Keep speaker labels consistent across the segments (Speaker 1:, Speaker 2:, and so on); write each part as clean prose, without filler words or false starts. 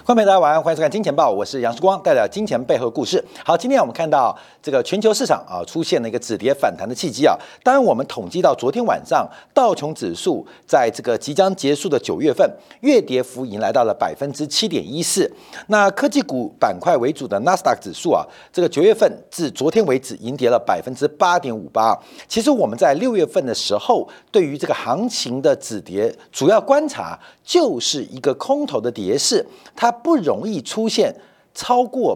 Speaker 1: 观众朋友大家晚安，欢迎收看《金钱报》，我是杨世光，带来金钱背后的故事。好，今天我们看到这个全球市场出现了一个止跌反弹的契机啊。当然，我们统计到昨天晚上，道琼指数在这个即将结束的9月份，月跌幅已经来到了7.14%。那科技股板块为主的纳斯达克指数啊，这个9月份至昨天为止，已经跌了8.58%。其实我们在6月份的时候，对于这个行情的止跌，主要观察就是一个空头的跌势，它不容易出现超过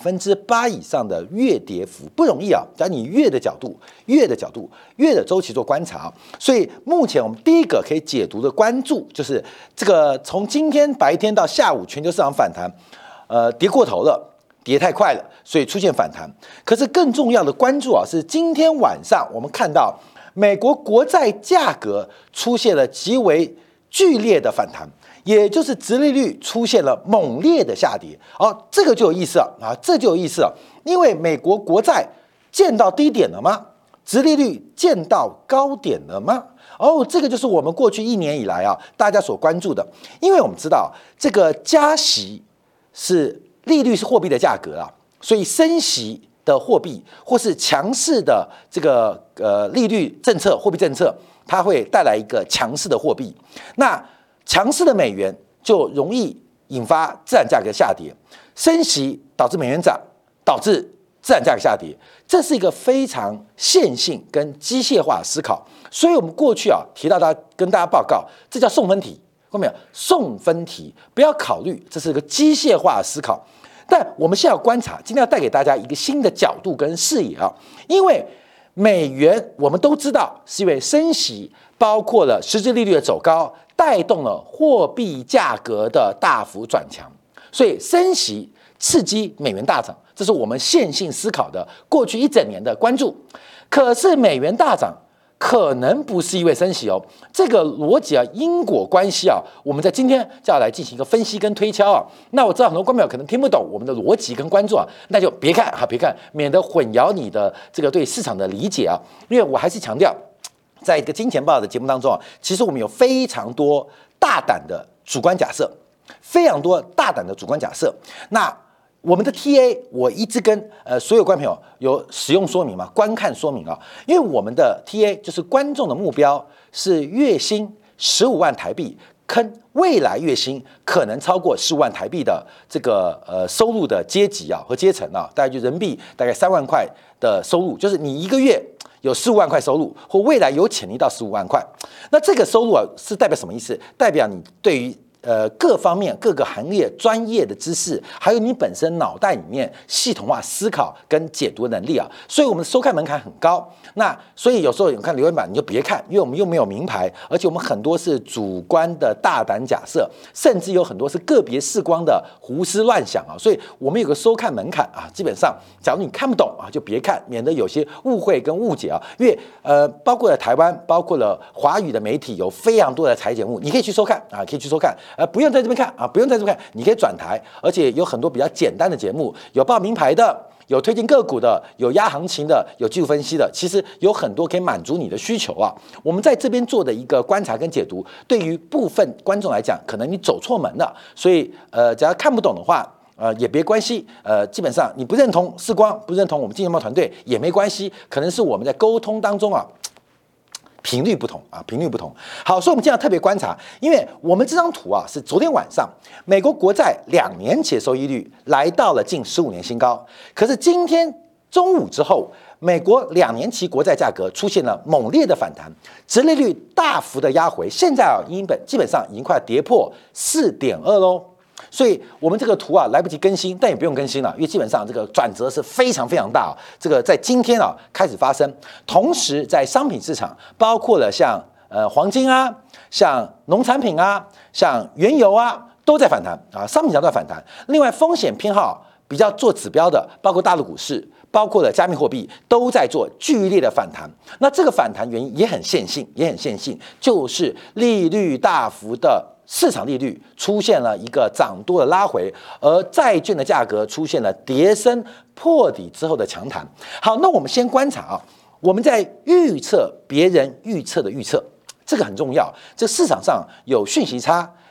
Speaker 1: 8%以上的月跌幅，不容易啊。假如你月的角度、月的周期做观察，所以目前我们第一个可以解读的关注就是这个从今天白天到下午全球市场反弹，跌过头了，跌太快了，所以出现反弹。可是更重要的关注啊，是今天晚上我们看到美国国债价格出现了极为剧烈的反弹。也就是殖利率出现了猛烈的下跌，这个就有意思了啊，这就有意思了，因为美国国债见到低点了吗？殖利率见到高点了吗？这个就是我们过去1年以来啊，大家所关注的，因为我们知道这个加息是利率是货币的价格啊，所以升息的货币或是强势的这个利率政策、货币政策，它会带来一个强势的货币，那强势的美元就容易引发资产价格下跌，升息导致美元涨，导致资产价格下跌，这是一个非常线性跟机械化的思考。所以我们过去提到跟大家报告，这叫送分题，看到没有？送分题不要考虑，这是一个机械化的思考。但我们现在要观察，今天要带给大家一个新的角度跟视野啊，因为美元我们都知道是因为升息，包括了实质利率的走高，带动了货币价格的大幅转强，所以升息刺激美元大涨，这是我们线性思考的过去1整年的关注。可是美元大涨可能不是因为升息哦，这个逻辑因果关系我们在今天就要来进行一个分析跟推敲那我知道很多观众可能听不懂我们的逻辑跟关注那就别看别看，免得混淆你的这个对市场的理解因为我还是强调，在一个金钱报的节目当中其实我们有非常多大胆的主观假设，非常多大胆的主观假设。那我们的 TA 我一直跟所有观众朋友有使用说明嘛，观看说明因为我们的 TA 就是观众的目标是月薪15万台币，跟未来月薪可能超过15万台币的这个收入的阶级和阶层大概就人民币大概3万块的收入，就是你一个月有15万块收入，或未来有潜力到15万块。那这个收入是代表什么意思？代表你对于各方面各个行业专业的知识，还有你本身脑袋里面系统化思考跟解读能力所以我们的收看门槛很高。那所以有时候你看留言板你就别看，因为我们又没有名牌，而且我们很多是主观的大胆假设，甚至有很多是个别视光的胡思乱想所以我们有个收看门槛基本上假如你看不懂就别看，免得有些误会跟误解因为包括了台湾，包括了华语的媒体有非常多的财节目，你可以去收看可以去收看。不用在这边看不用在这边看，你可以转台，而且有很多比较简单的节目，有报名牌的，有推荐个股的，有压行情的，有技术分析的，其实有很多可以满足你的需求我们在这边做的一个观察跟解读，对于部分观众来讲，可能你走错门了，所以假如看不懂的话。也别关系，基本上你不认同世光，不认同我们金钱豹团队也没关系，可能是我们在沟通当中频率不同频率不同。好，所以我们今天要特别观察，因为我们这张图是昨天晚上美国国债2年期收益率来到了近15年新高，可是今天中午之后，美国2年期国债价格出现了猛烈的反弹，殖利率大幅的压回，现在基本上已经快跌破4.2喽。所以我们这个图来不及更新，但也不用更新了，因为基本上这个转折是非常非常大这个在今天开始发生。同时在商品市场，包括了像黄金像农产品像原油都在反弹商品市场都在反弹。另外风险偏好比较做指标的，包括大陆股市，包括了加密货币，都在做剧烈的反弹。那这个反弹原因也很线性，就是利率大幅的市场利率出现了一个涨多的拉回，而债券的价格出现了跌升破底之后的强弹。好，那我们先观察我们在预测别人预测的预测，这个很重要。这市场上有讯息差，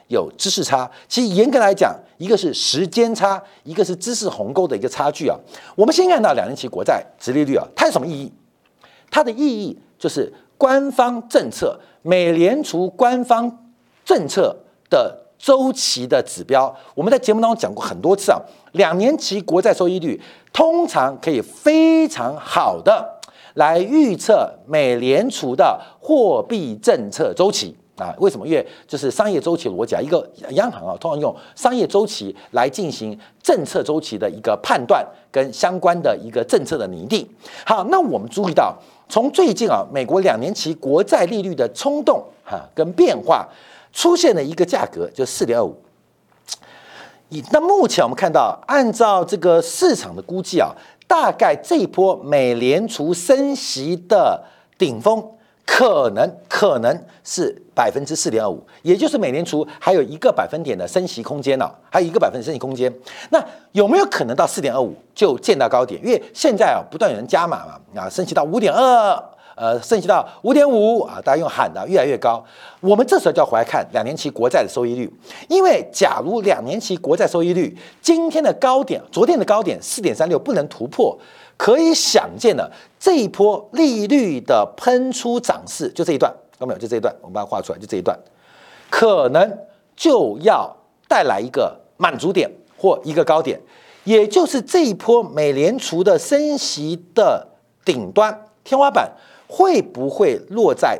Speaker 1: 有知识差。其实严格来讲，一个是时间差，一个是知识鸿沟的一个差距啊。我们先看到2年期国债殖利率啊，它有什么意义？它的意义就是官方政策，美联储官方政策的周期的指标。我们在节目当中讲过很多次啊，2年期国债收益率通常可以非常好的来预测美联储的货币政策周期啊。为什么？因为就是商业周期逻辑啊，一个央行啊，通常用商业周期来进行政策周期的一个判断跟相关的一个政策的拟定。好，那我们注意到，从最近啊，美国2年期国债利率的冲动跟变化，出现了一个价格，就4.25。那目前我们看到，按照这个市场的估计啊，大概这一波美联储升息的顶峰可能是4.25%，也就是美联储还有1个百分点的升息空间呢，还有1个百分点升息空间。那有没有可能到4.25就见到高点？因为现在啊，不断有人加码嘛，升息到5.2。升息到5.5啊，大家用喊的越来越高。我们这时候就要回来看2年期国债的收益率，因为假如2年期国债收益率今天的高点、昨天的高点4.36不能突破，可以想见的这一波利率的喷出涨势，就这一段，有没有？就这一段，我们把它画出来，就这一段，可能就要带来一个满足点或一个高点，也就是这一波美联储的升息的顶端天花板。会不会落在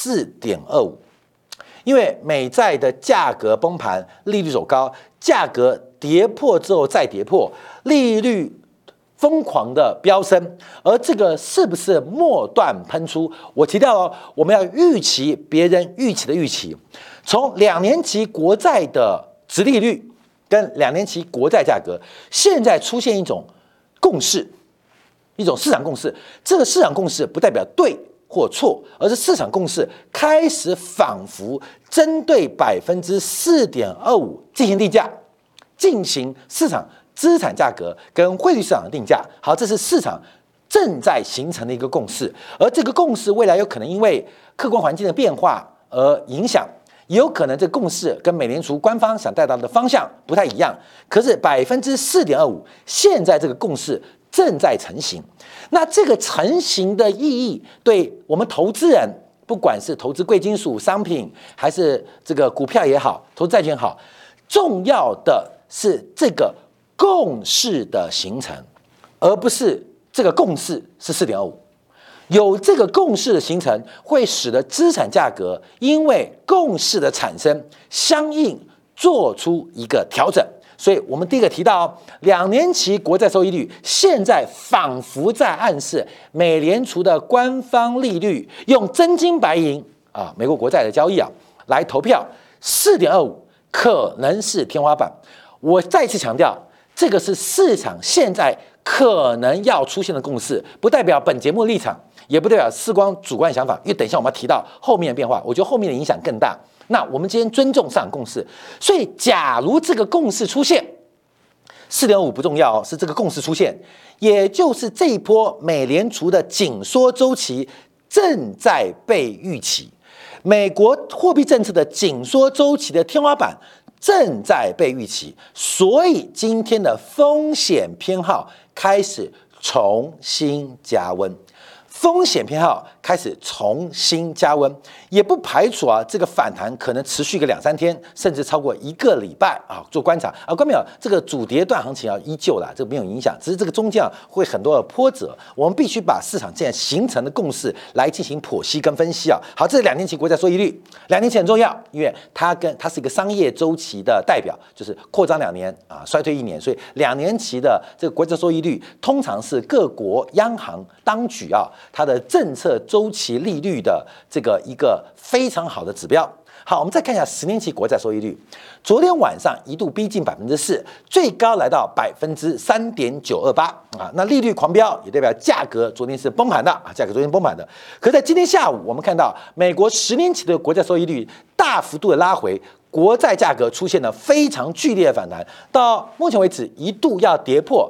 Speaker 1: 4.25？因为美债的价格崩盘，利率走高，价格跌破之后再跌破，利率疯狂的飙升，而这个是不是末段喷出？我提到了，我们要预期别人预期的预期，从2年期国债的殖利率跟2年期国债价格，现在出现一种共识。一种市场共识，这个市场共识不代表对或错，而是市场共识开始仿佛针对4.25%进行定价，进行市场资产价格跟汇率市场的定价。好，这是市场正在形成的一个共识，而这个共识未来有可能因为客观环境的变化而影响。也有可能这个共识跟美联储官方想带到的方向不太一样，可是4.25%现在这个共识正在成型。那这个成型的意义，对我们投资人，不管是投资贵金属商品，还是这个股票也好，投资债券也好，重要的是这个共识的形成，而不是这个共识是4.25。有这个共识的形成，会使得资产价格因为共识的产生，相应做出一个调整。所以我们第一个提到2年期国债收益率现在仿佛在暗示美联储的官方利率用真金白银美国国债的交易来投票4.25可能是天花板。我再次强调，这个是市场现在可能要出现的共识，不代表本节目的立场，也不代表世光主观想法，因为等一下我们要提到后面的变化，我觉得后面的影响更大。那我们今天尊重市场共识，所以假如这个共识出现，4.5不重要是这个共识出现，也就是这一波美联储的紧缩周期正在被预期，美国货币政策的紧缩周期的天花板正在被预期，所以今天的风险偏好开始重新加温。风险偏好开始重新加温，也不排除这个反弹可能持续个2-3天，甚至超过1个礼拜做观察观众这个主跌段行情依旧啦，这个没有影响，只是这个中间会很多的波折，我们必须把市场现在形成的共识来进行剖析跟分析好，这是2年期国债收益率，2年期很重要，因为它是一个商业周期的代表，就是扩张2年衰退1年，所以2年期的这个国债收益率通常是各国央行当局它的政策周期利率的这个一个非常好的指标。好，我们再看一下10年期国债收益率，昨天晚上一度逼近4%，最高来到3.928%那利率狂飙也代表价格昨天是崩盘的价格昨天崩盘的。可在今天下午，我们看到美国10年期的国债收益率大幅度的拉回，国债价格出现了非常剧烈的反弹，到目前为止一度要跌破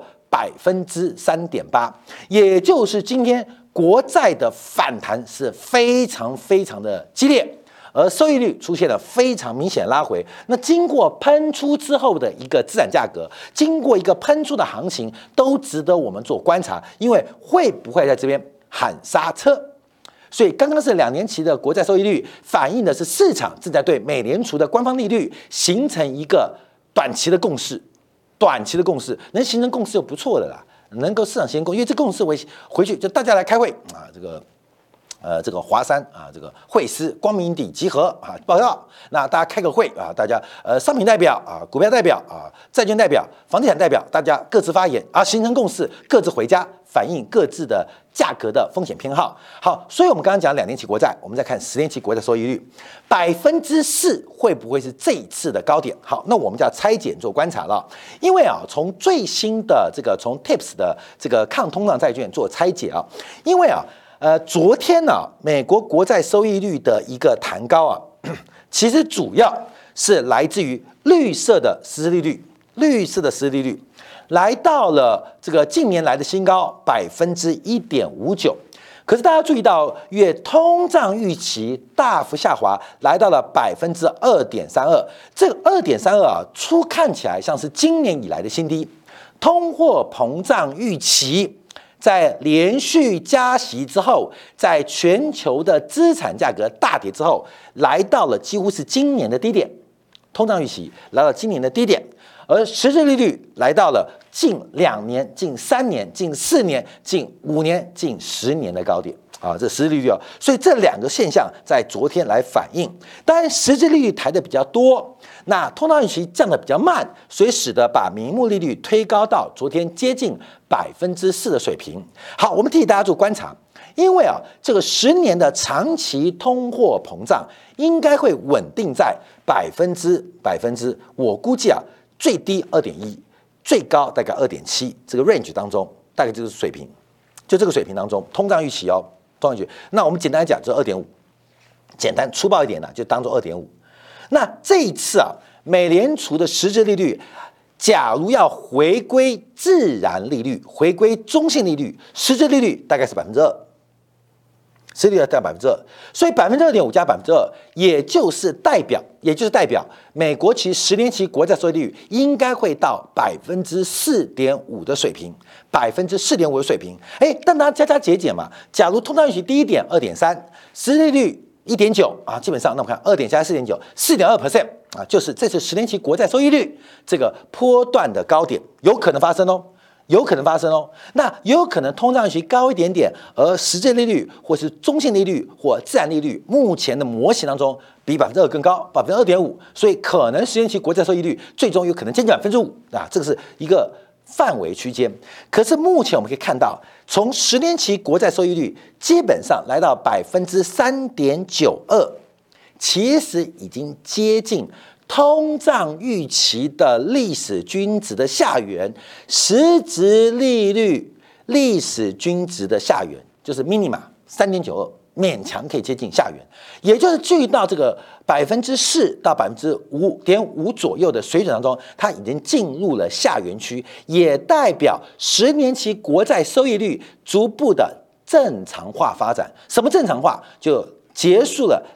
Speaker 1: 3.8%，也就是今天国债的反弹是非常非常的激烈， 而收益率出现了非常明显的拉回。那经过喷出之后的一个资产价格，经过一个喷出的行情，都值得我们做观察，因为会不会在这边喊刹车？所以刚刚是2年期的国债收益率，反映的是市场正在对美联储的官方利率形成一个短期的共识。短期的共识能形成共识就不错的啦，能够市场形成共识，因为这共识回去就大家来开会啊，这个华山啊，这个会师光明顶集合啊，报告。那大家开个会啊，大家商品代表啊，股票代表啊，债券代表，房地产代表，大家各自发言啊，形成共识，各自回家反映各自的价格的风险偏好。好，所以我们刚刚讲2年期国债，我们再看10年期国债收益率4%，会不会是这一次的高点？好，那我们就要拆解做观察了，因为啊，从最新的从 TIPS 的这个抗通胀债券做拆解啊，因为啊。昨天呢、美国国债收益率的一个弹高啊，其实主要是来自于绿色的实质利率，来到了这个近年来的新高1.59%。可是大家注意到，月通胀预期大幅下滑，来到了2.32%。这个2.32啊，初看起来像是今年以来的新低。通货膨胀预期在连续加息之后，在全球的资产价格大跌之后，来到了几乎是今年的低点。通胀预期来到今年的低点，而实质利率来到了近2年、近3年、近4年、近5年、近10年的高点啊！这实质利率啊，所以这2个现象在昨天来反映。当然，实质利率抬得比较多，那通胀预期降得比较慢，所以使得把名目利率推高到昨天接近4%的水平。好，我们替大家做观察，因为啊，这个10年的长期通货膨胀应该会稳定在百分之，我估计啊，最低2.1%，最高大概2.7%，这个 range 当中大概就是水平，就这个水平当中，通胀预期哦，通胀预期。那我们简单来讲，就2.5%，简单粗暴一点呢，就当做2.5%。那这一次啊，美联储的实质利率，假如要回归自然利率，回归中性利率，实质利率大概是2%，实质利率大概2%，所以2.5%加2%，也就是代表美国其实10年期国债收益率应该会到4.5%的水平，4.5%的水平。但大家加减减嘛，假如通胀预期低一点2.3%，实质利率1.9%啊，基本上那我们看2.9加4.9 4.2% 啊，就是这次10年期国债收益率这个波段的高点有可能发生哦。那有可能通胀预期高一点点，而实质利率或是中性利率或自然利率，目前的模型当中比2%更高，2.5%，所以可能10年期国债收益率最终有可能接近5%啊，这个是一个范围区间。可是目前我们可以看到，从10年期国债收益率基本上来到3.92%，其实已经接近通胀预期的历史均值的下缘，实质利率历史均值的下缘就是 minima 3.92，勉强可以接近下缘，也就是距离到这个4%到5.5%左右的水准当中，它已经进入了下缘区，也代表10年期国债收益率逐步的正常化发展。什么正常化？就结束了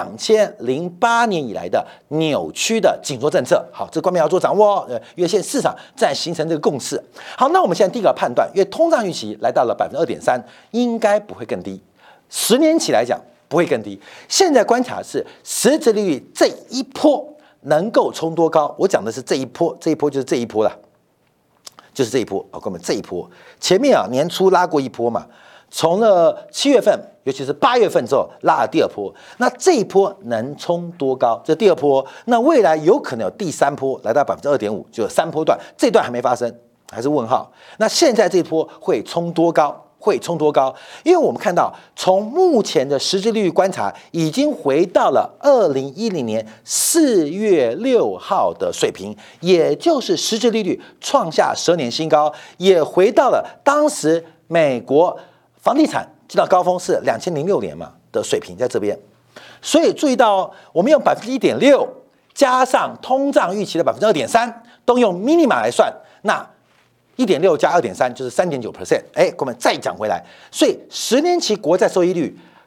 Speaker 1: 2008年以来的扭曲的紧缩政策。好，这个观念要做掌握哦。因为现在市场在形成这个共识。好，那我们现在第一个判断，因为通胀预期来到了2.3%，应该不会更低。10年期来讲不会更低。现在观察是实质利率这一波能够冲多高？我讲的是这一波，这一波就是这一波了，就是这一波啊，哥们，这一波前面啊年初拉过一波嘛。从了7月份，尤其是8月份之后拉了第2波，那这一波能冲多高？这第2波，那未来有可能有第3波来到2.5%，就3波段，这段还没发生，还是问号。那现在这一波会冲多高？因为我们看到从目前的实质利率观察，已经回到了2010年4月6号的水平，也就是实质利率创下12年新高，也回到了当时美国房地产见到高峰是2006年嘛的水平，在这边，所以注意到我们用1.6%加上通胀预期的2.3%，都用 minima 来算，那1.6加2.3就是3.9%。我们再讲回来，所以10年期国债收益率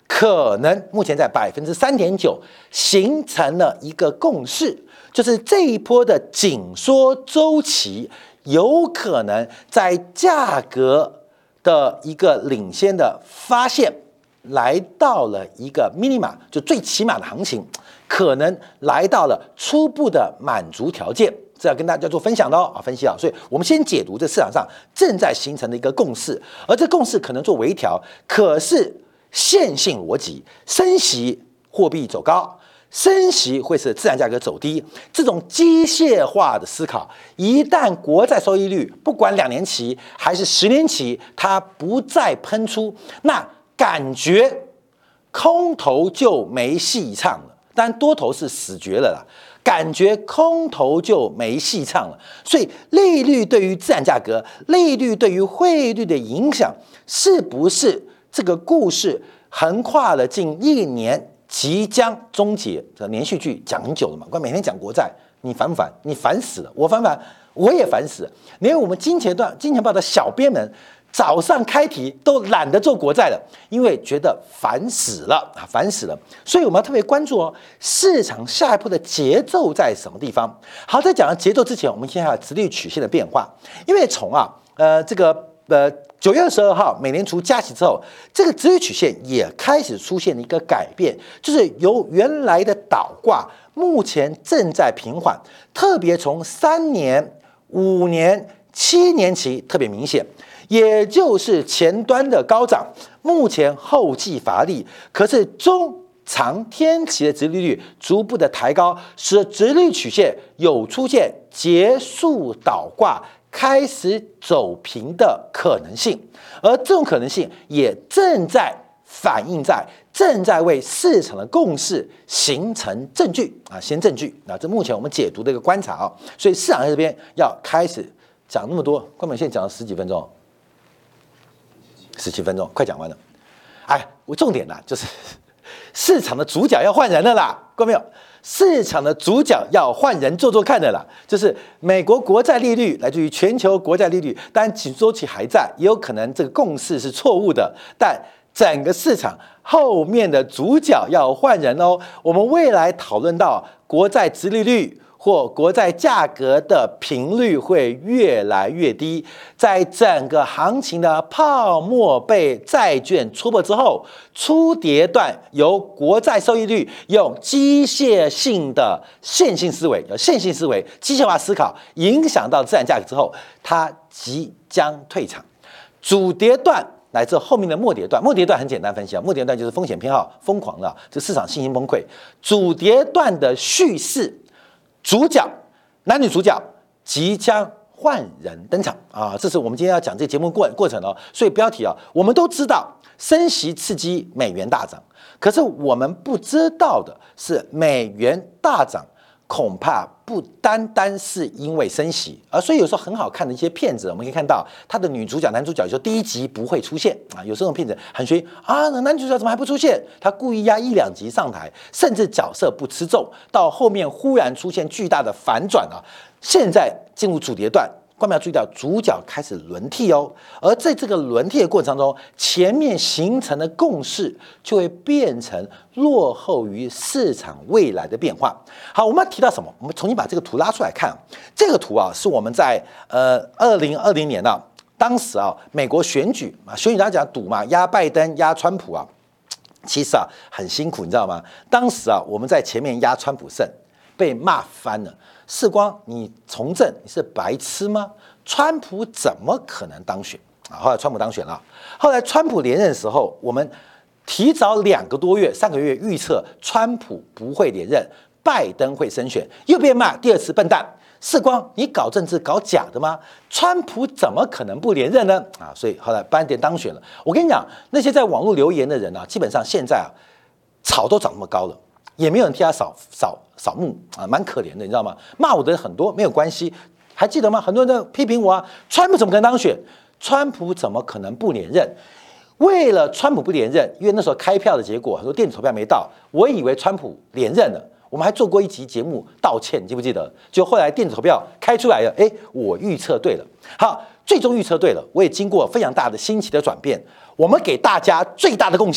Speaker 1: 可能目前在3.9%形成了一个共识，就是这一波的紧缩周期有可能在价格的一个领先的发现，来到了一个 minima， 就最起码的行情，可能来到了初步的满足条件。这要跟大家做分享的分析所以我们先解读这市场上正在形成的一个共识，而这共识可能做微调，可是线性逻辑，升息货币走高，升息会使自然价格走低，这种机械化的思考，一旦国债收益率不管2年期还是10年期，它不再喷出，那感觉空头就没戏唱了，但多头是死绝了啦。感觉空头就没戏唱了，所以利率对于自然价格、利率对于汇率的影响，是不是这个故事横跨了近1年，即将终结？这连续剧讲很久了嘛，我每天讲国债，你烦不烦？你烦死了，我烦，我也烦死了。连我们金钱报的小编们，早上开题都懒得做国债了，因为觉得烦死了。所以我们要特别关注市场下一步的节奏在什么地方。好，在讲到节奏之前，我们先看殖利率曲线的变化，因为从9月22号美联储加息之后，这个殖利率曲线也开始出现一个改变，就是由原来的倒挂，目前正在平缓，特别从3年、5年、7年期特别明显。也就是前端的高涨，目前后继乏力，可是中长天期的殖利率逐步的抬高，使殖利率曲线有出现结束倒挂，开始走平的可能性，而这种可能性也正在反映在正在为市场的共识形成证据先证据这目前我们解读的一个观察所以市场在这边要开始讲那么多，关本现在讲了10几分钟。17分钟，快讲完了。我重点就是市场的主角要换人了啦，看到没有？市场的主角要换人做看的啦。就是美国国债利率来自于全球国债利率，当然紧缩期还在，也有可能这个共识是错误的，但整个市场后面的主角要换人哦。我们未来讨论到国债殖利率或国债价格的频率会越来越低，在整个行情的泡沫被债券戳破之后，初跌段由国债收益率用机械性的线性思维、机械化思考影响到自然价格之后，它即将退场。主跌段乃至后面的末跌段，末跌段很简单分析末跌段就是风险偏好疯狂了，这市场信心崩溃。主跌段的叙事。主角，男女主角即将换人登场这是我们今天要讲这个节目过程所以标题我们都知道升息刺激美元大涨，可是我们不知道的是美元大涨恐怕不单单是因为升息所以有时候很好看的一些片子，我们可以看到他的女主角、男主角，有时候第1集不会出现有这种片子很悬那男主角怎么还不出现？他故意压1-2集上台，甚至角色不吃重，到后面忽然出现巨大的反转现在进入主跌段。观众要注意到，主角开始轮替而在这个轮替的过程中，前面形成的共识就会变成落后于市场未来的变化。好，我们要提到什么？我们重新把这个图拉出来看。这个图是我们在2020年当时美国选举大家讲赌嘛，压拜登、压川普其实很辛苦，你知道吗？当时我们在前面压川普胜，被骂翻了。世光，你从政你是白痴吗？川普怎么可能当选后来川普当选了，后来川普连任的时候，我们提早2个多月、3个月预测川普不会连任，拜登会胜选，又被骂第2次笨蛋。世光，你搞政治搞假的吗？川普怎么可能不连任呢？所以后来拜登当选了。我跟你讲，那些在网络留言的人基本上现在草都长那么高了，也没有人替他扫墓蛮可怜的，你知道吗？骂我的人很多，没有关系。还记得吗？很多人在批评我川普怎么可能当选？川普怎么可能不连任？为了川普不连任，因为那时候开票的结果很多电子投票没到，我以为川普连任了。我们还做过一集节目道歉，记不记得？就后来电子投票开出来了，我预测对了。好，最终预测对了，我也经过非常大的新奇的转变。我们给大家最大的贡献，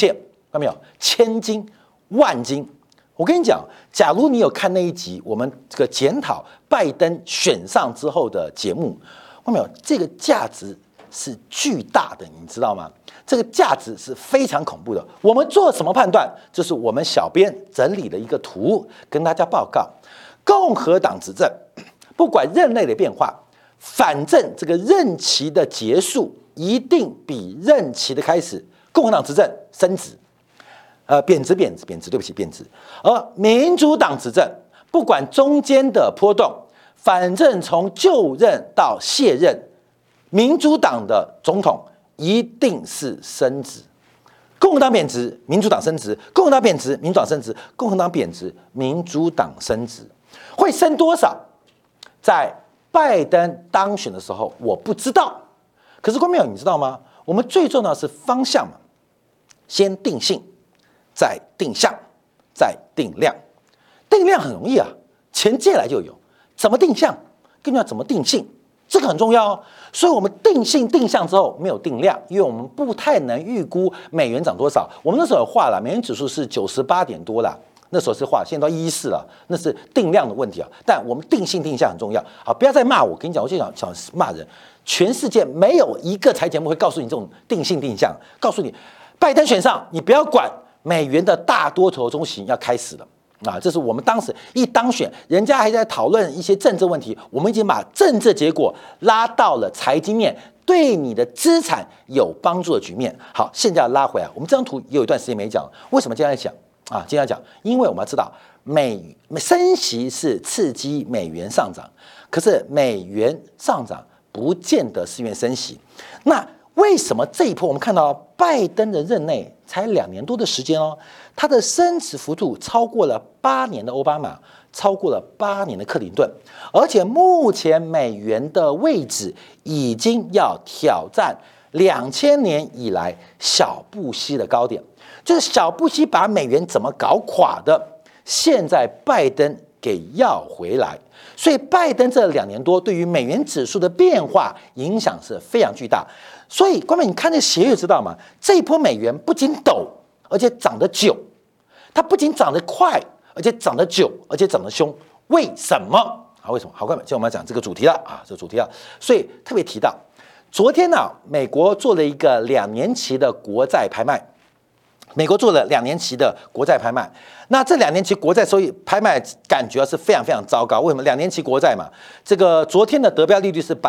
Speaker 1: 看到没有？千金万金。我跟你讲，假如你有看那一集我们这个检讨拜登选上之后的节目，看到没有？这个价值是巨大的，你知道吗？这个价值是非常恐怖的。我们做什么判断？这是我们小编整理了一个图跟大家报告。共和党执政，不管任内的变化，反正这个任期的结束一定比任期的开始，共和党执政升值，贬值，对不起，贬值。而民主党执政，不管中间的波动，反正从就任到卸任，民主党的总统一定是升值。共和党贬值，民主党升值；共和党贬值，民主党升值；共和党贬值，民主党升值。会升多少？在拜登当选的时候，我不知道。可是观众朋友，你知道吗？我们最重要的是方向嘛，先定性，再定向，再定量。定量很容易啊，钱借来就有。怎么定向？更重要怎么定性？这个很重要哦。所以我们定性定向之后没有定量，因为我们不太能预估美元涨多少。我们那时候有画了，美元指数是98点多啦，那时候是画，现在到114了，那是定量的问题啊。但我们定性定向很重要。好，不要再骂我，跟你讲，我就想骂人。全世界没有一个财节目会告诉你这种定性定向，告诉你拜登选上，你不要管美元的大多头中型要开始了。啊，这是我们当时一当选，人家还在讨论一些政治问题，我们已经把政治结果拉到了财经面，对你的资产有帮助的局面。好，现在要拉回来，我们这张图也有一段时间没讲，为什么今天要讲啊？今天要讲，因为我们要知道，升息是刺激美元上涨，可是美元上涨不见得是因为升息。那为什么这一波我们看到拜登的任内才2年多的时间哦，他的升值幅度超过了8年的奥巴马，超过了8年的克林顿，而且目前美元的位置已经要挑战2000年以来小布希的高点，就是小布希把美元怎么搞垮的，现在拜登给要回来。所以拜登这2年多对于美元指数的变化影响是非常巨大。所以观众你看这斜率知道吗？这一波美元不仅陡，而且涨得久，它不仅涨得快，而且涨得久，而且涨得凶。为什么？好，为什么？好，观众，现在我们要讲这个主题了啊，这个主题了。所以特别提到，昨天呢，美国做了一个2年期的国债拍卖。美国做了2年期的国债拍卖，那这2年期国债收益拍卖感觉是非常非常糟糕。为什么？2年期国债嘛，这个昨天的得标利率是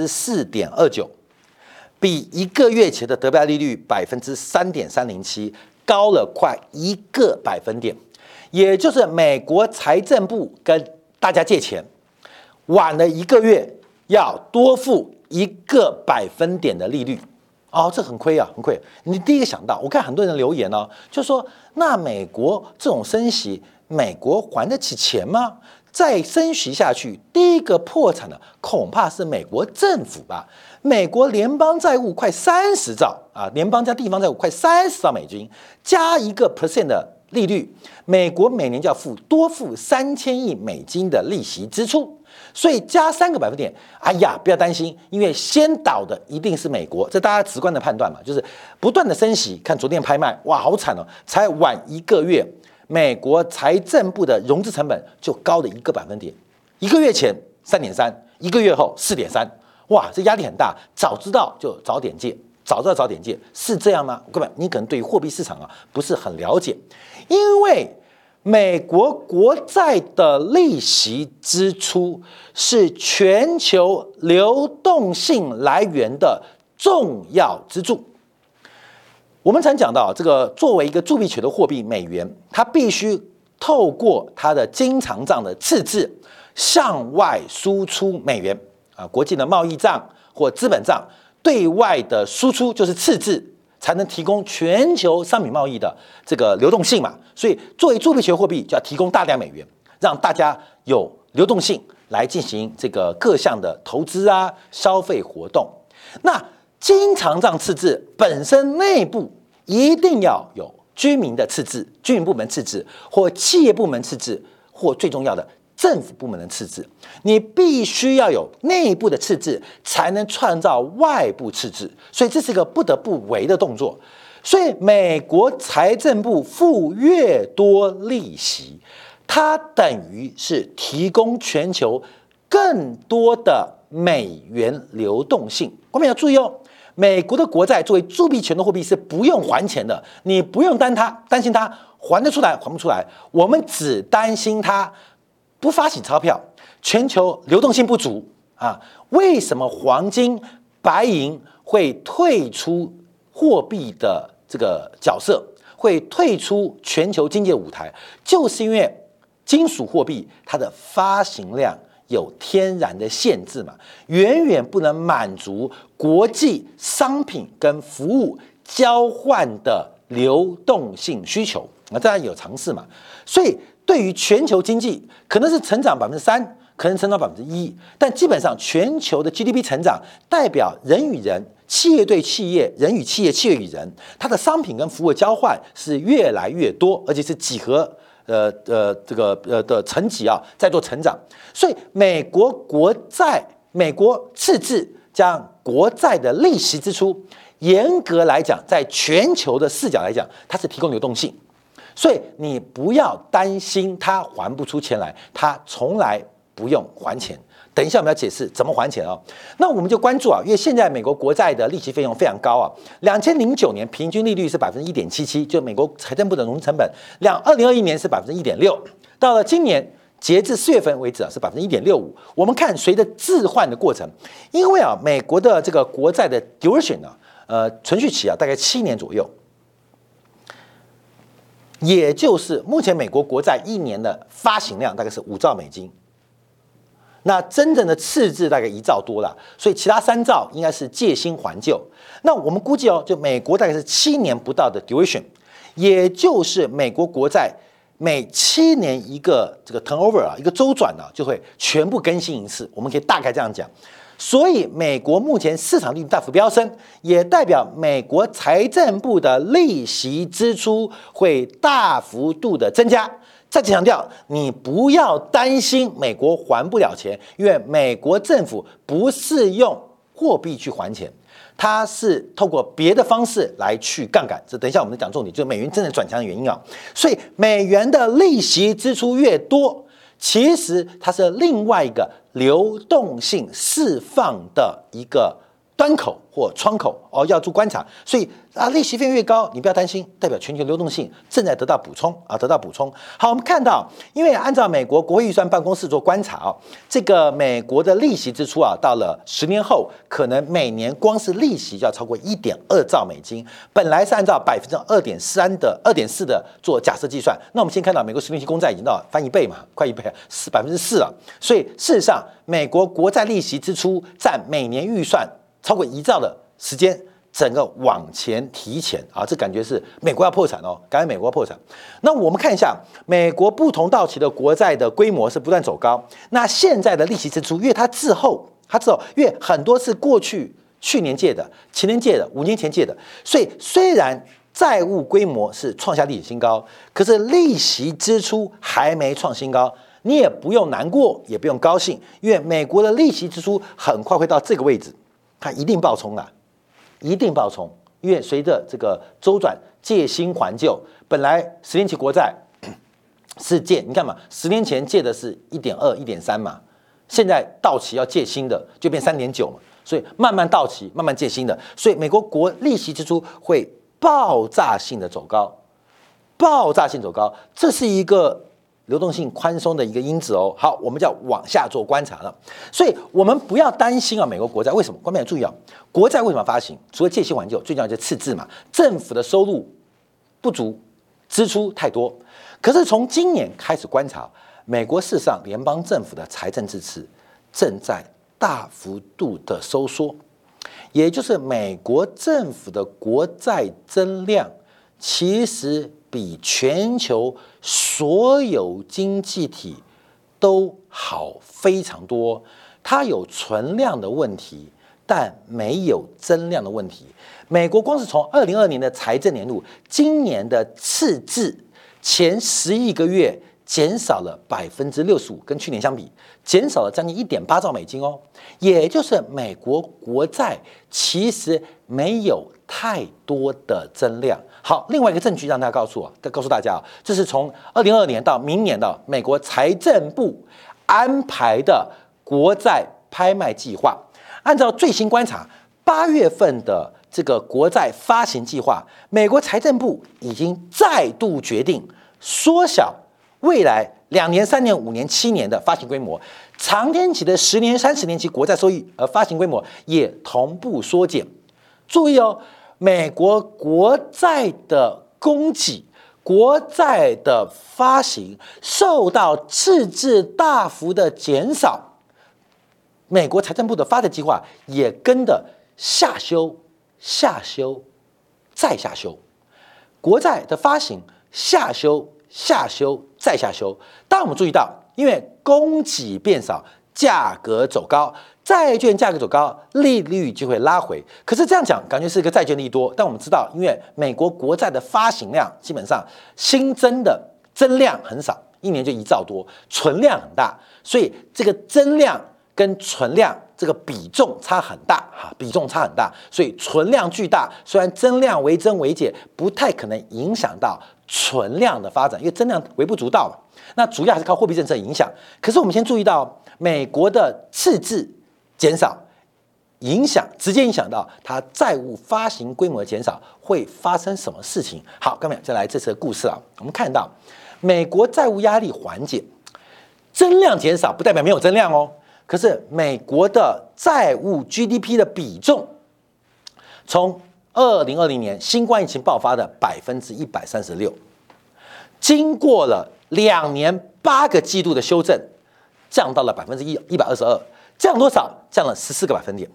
Speaker 1: 4.29%，比1个月前的得标利率3.307%高了快1个百分点。也就是美国财政部跟大家借钱，晚了1个月要多付1个百分点的利率。哦，这很亏啊，很亏。你第一个想到，我看很多人留言哦，就说那美国这种升息，美国还得起钱吗？再升息下去，第一个破产的恐怕是美国政府吧。美国联邦债务快30兆啊，联邦加地方债务快30兆美金，加1% 的利率，美国每年就要多付3000亿美金的利息支出。所以加3个百分点，哎呀，不要担心，因为先倒的一定是美国，这大家直观的判断嘛，就是不断的升息。看昨天拍卖，哇，好惨哦，才晚1个月，美国财政部的融资成本就高了1个百分点，1个月前3.3%，1个月后4.3%，哇，这压力很大。早知道就早点借，早知道早点借，是这样吗？各位，你可能对于货币市场啊不是很了解，因为美国国债的利息支出是全球流动性来源的重要支柱。我们常讲到，这个作为一个铸币权的货币美元，它必须透过它的经常账的赤字向外输出美元啊，国际的贸易账或资本账对外的输出就是赤字，才能提供全球商品贸易的这个流动性嘛。所以作为铸币权货币，就要提供大量美元，让大家有流动性来进行这个各项的投资啊、消费活动。那经常账赤字本身内部一定要有居民的赤字、居民部门赤字，或企业部门赤字，或最重要的政府部门的赤字。你必须要有内部的赤字，才能创造外部赤字。所以这是一个不得不为的动作。 所以美国财政部付越多利息，它等于是提供全球更多的美元流动性。观众要注意哦，美国的国债作为铸币权的货币是不用还钱的，你不用担心它还得出来还不出来，我们只担心它不发行钞票，全球流动性不足啊。为什么黄金、白银会退出货币的这个角色，会退出全球经济舞台？就是因为金属货币它的发行量有天然的限制嘛，远远不能满足国际商品跟服务交换的流动性需求。当然有尝试嘛，所以对于全球经济可能是成长3%，可能成长1%，但基本上全球的 GDP 成长代表人与人、企业对企业、人与企业、企业与人，它的商品跟服务交换是越来越多，而且是几何的层级啊在做成长。所以美国国债、美国赤字将国债的利息支出，严格来讲，在全球的视角来讲，它是提供流动性。所以你不要担心它还不出钱来，它从来不用还钱。等一下我们要解释怎么还钱哦。那我们就关注啊，因为现在美国国债的利息费用非常高啊，2009年平均利率是1.77%，就美国财政部的融资成本，2021年是1.6%，到了今年截至4月份为止啊是1.65%。我们看随着置换的过程，因为啊美国的这个国债的 duration 啊，存续期啊大概7年左右。也就是目前美国国债1年的发行量大概是5兆美金，那真正的赤字大概1兆多了，所以其他3兆应该是借新还旧。那我们估计哦，就美国大概是7年不到的 duration， 也就是美国国债每7年一个这个 turnover 啊，一个周转就会全部更新一次。我们可以大概这样讲。所以，美国目前市场利率大幅飙升，也代表美国财政部的利息支出会大幅度的增加。再次强调，你不要担心美国还不了钱，因为美国政府不是用货币去还钱，它是透过别的方式来去杠杆。这等一下我们讲重点，就是美元真正转强的原因啊。所以，美元的利息支出越多，其实它是另外一个流动性释放的一个端口或窗口哦，要做观察。所以利息费越高，你不要担心，代表全球流动性正在得到补充啊，得到补充。好，我们看到，因为按照美国国会预算办公室做观察啊，这个美国的利息支出啊，到了10年后，可能每年光是利息就要超过1.2兆美金。本来是按照2.4%的做假设计算，那我们先看到美国10年期公债已经到翻1倍嘛，快1倍，4%了。所以事实上，美国国债利息支出占每年预算超过1兆的时间，整个往前提前啊，这感觉是美国要破产哦，感觉美国要破产。那我们看一下美国不同到期的国债的规模是不断走高。那现在的利息支出，因为它滞后，因为很多是过去去年借的、前年借的、5年前借的，所以虽然债务规模是创下历史新高，可是利息支出还没创新高。你也不用难过，也不用高兴，因为美国的利息支出很快会到这个位置。它一定爆冲啊，一定爆冲！因为随着这个周转借新还旧，本来10年期国债是借，你看嘛，10年前借的是1.2、1.3嘛，现在到期要借新的就变3.9嘛，所以慢慢到期，慢慢借新的，所以美国国利息支出会爆炸性的走高，爆炸性走高，这是一个流动性宽松的一个因子哦。好，我们就要往下做观察了。所以我们不要担心啊，美国国债为什么？观众要注意啊，国债为什么发行？除了借新还旧，最重要就是赤字嘛，政府的收入不足，支出太多。可是从今年开始观察，美国事实上联邦政府的财政支出正在大幅度的收缩，也就是美国政府的国债增量其实比全球所有经济体都好非常多。它有存量的问题，但没有增量的问题。美国光是从2022年的财政年度，今年的赤字前11个月减少了65%，跟去年相比，减少了将近1.8兆美金哦。也就是美国国债其实没有太多的增量。好，另外一个证据让大家告诉大家，这是从2022年到明年的美国财政部安排的国债拍卖计划。按照最新观察，8月份的这个国债发行计划，美国财政部已经再度决定缩小未来2年、3年、5年、7年的发行规模，长天期的10年、30年期国债收益发行规模也同步缩减。注意哦，美国国债的供给、国债的发行受到赤字大幅的减少，美国财政部的发债计划也跟着下修、下修、再下修，国债的发行下修、下修、再下修。当然，我们注意到，因为供给变少，价格走高，债券价格走高，利率就会拉回。可是这样讲，感觉是一个债券利多。但我们知道，因为美国国债的发行量基本上新增的增量很少，一年就1兆多，存量很大，所以这个增量跟存量这个比重差很大，比重差很大，所以存量巨大，虽然增量为增为减，不太可能影响到存量的发展，因为增量微不足道嘛。那主要还是靠货币政策影响。可是我们先注意到，美国的赤字减少，直接影响到它债务发行规模的减少，会发生什么事情？好，各位再来这次的故事啊，我们看到美国债务压力缓解，增量减少不代表没有增量哦。可是美国的债务 GDP 的比重，从2020年新冠疫情爆发的136%，经过了2年8个季度的修正，降到了122%，降多少？降了14个百分点。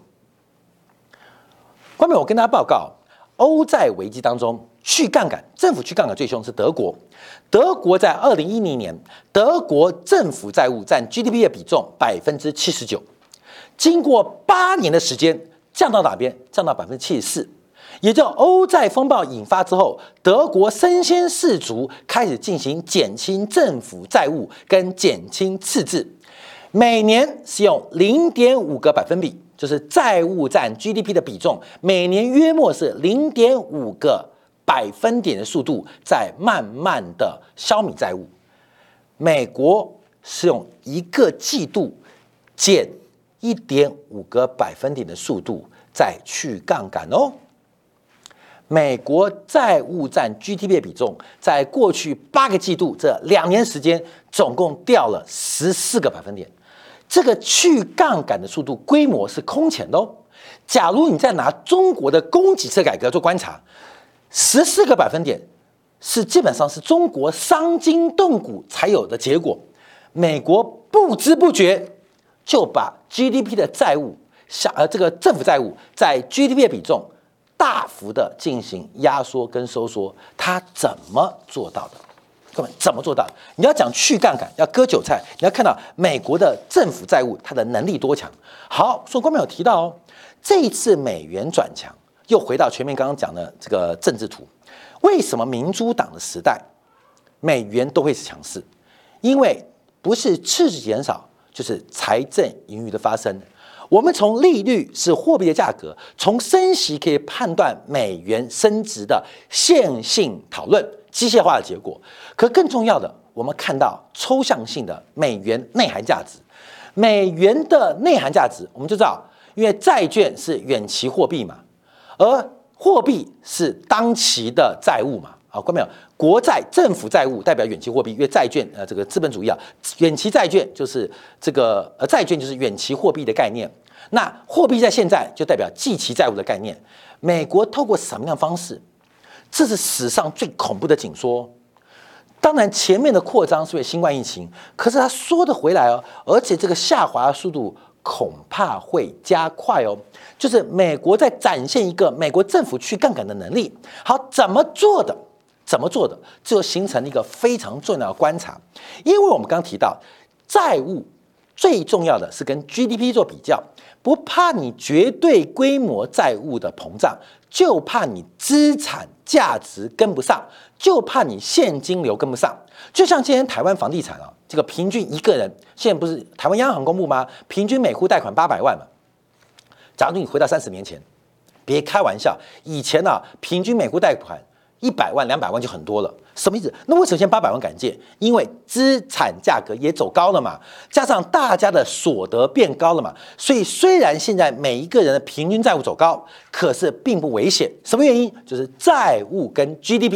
Speaker 1: 关键我跟大家报告，欧债危机当中去杠杆，政府去杠杆最凶是德国。德国在2010年，德国政府债务占 GDP 的比重79%，经过8年的时间，降到哪边？降到74%。也就欧债风暴引发之后，德国身先士卒，开始进行减轻政府债务跟减轻赤字，每年是用0.5个百分比，就是债务占 GDP 的比重，每年约莫是0.5个百分点的速度，在慢慢的消弭债务。美国是用1个季度减1.5个百分点的速度再去杠杆哦。美国债务占 GDP 的比重，在过去8个季度这2年时间，总共掉了14个百分点。这个去杠杆的速度规模是空前的哦。假如你再拿中国的供给侧改革做观察，14个百分点是基本上是中国伤筋动骨才有的结果。美国不知不觉就把 GDP 的债务这个政府债务在 GDP 的比重大幅的进行压缩跟收缩，它怎么做到的？各位怎么做到的？你要讲去杠杆，要割韭菜，你要看到美国的政府债务它的能力多强。好，所以官媒有提到哦，这一次美元转强，又回到前面刚刚讲的这个政治图。为什么民主党的时代美元都会是强势？因为不是赤字减少，就是财政盈余的发生。我们从利率是货币的价格，从升息可以判断美元升值的线性讨论，机械化的结果。可更重要的，我们看到抽象性的美元内涵价值。美元的内涵价值，我们就知道，因为债券是远期货币嘛，而货币是当期的债务嘛。好，看到没有？国债、政府债务代表远期货币，因为债券这个资本主义啊，远期债券就是这个债券就是远期货币的概念。那货币在现在就代表季期债务的概念。美国透过什么样的方式？这是史上最恐怖的紧缩。当然，前面的扩张是因为新冠疫情，可是它缩得回来哦，而且这个下滑的速度恐怕会加快哦。就是美国在展现一个美国政府去杠杆的能力。好，怎么做的？怎么做的？这就形成了一个非常重要的观察，因为我们刚刚提到债务最重要的是跟 GDP 做比较。 不怕你绝对规模债务的膨胀，就怕你资产价值跟不上，就怕你现金流跟不上。就像今天台湾房地产啊，这个平均一个人，现在不是台湾央行公布吗？平均每户贷款800万嘛。假如你回到30年前，别开玩笑，以前啊，平均每户贷款100万、200万就很多了。什么意思？那为什么现在800万敢借？因为资产价格也走高了嘛，加上大家的所得变高了嘛，所以虽然现在每一个人的平均债务走高，可是并不危险。什么原因？就是债务跟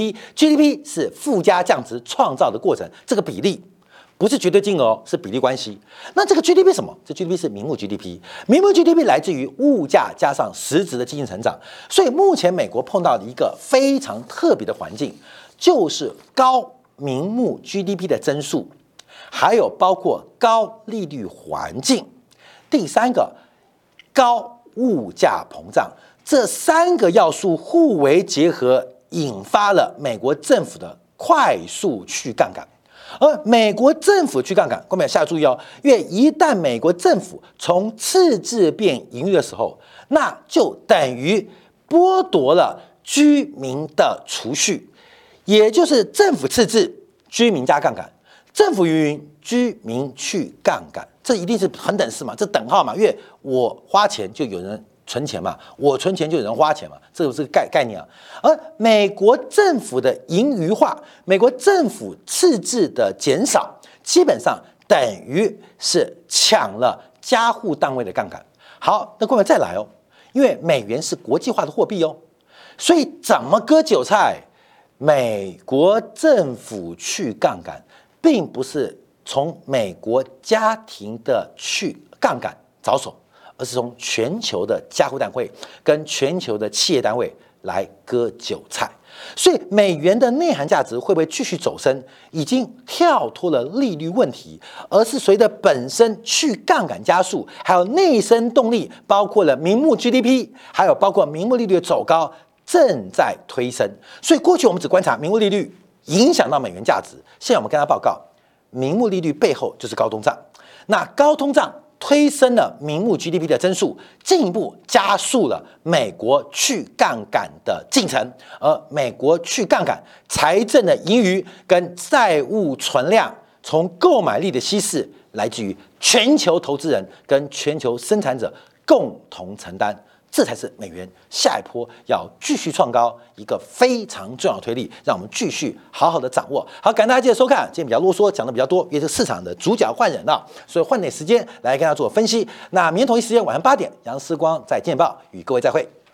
Speaker 1: GDP 是附加价值创造的过程，这个比例不是绝对金额，是比例关系。那这个 GDP 什么？这 GDP 是名目 GDP， 名目 GDP 来自于物价加上实质的经济成长。所以目前美国碰到的一个非常特别的环境，就是高名目 GDP 的增速，还有包括高利率环境。第三个，高物价膨胀，这3个要素互为结合，引发了美国政府的快速去杠杆。而美国政府去杠杆，各位下注意哦，因为一旦美国政府从赤字变盈余的时候，那就等于剥夺了居民的储蓄，也就是政府赤字，居民加杠杆，政府云云，居民去杠杆，这一定是很等式嘛，这等号嘛，因为我花钱就有人存钱嘛，我存钱就有人花钱嘛，这是概念啊。而美国政府的盈余化，美国政府赤字的减少，基本上等于是抢了家户单位的杠杆。好，那各位再来哦，因为美元是国际化的货币哦，所以怎么割韭菜？美国政府去杠杆，并不是从美国家庭的去杠杆着手，而是从全球的家户单位跟全球的企业单位来割韭菜。所以美元的内涵价值会不会继续走升，已经跳脱了利率问题，而是随着本身去杠杆加速，还有内生动力，包括了名目 GDP， 还有包括名目利率的走高，正在推升。所以过去我们只观察名目利率影响到美元价值，现在我们跟他报告，名目利率背后就是高通胀。那高通胀推升了名目 GDP 的增速，进一步加速了美国去杠杆的进程。而美国去杠杆，财政的盈余跟债务存量从购买力的稀释，来自于全球投资人跟全球生产者共同承担。这才是美元下一波要继续创高一个非常重要的推力，让我们继续好好的掌握。好，感谢大家继续收看，今天比较啰嗦，讲的比较多，因为这市场的主角换人了，所以换点时间来跟大家做分析。那明天同一时间晚上8点，杨思光在《见报》与各位再会。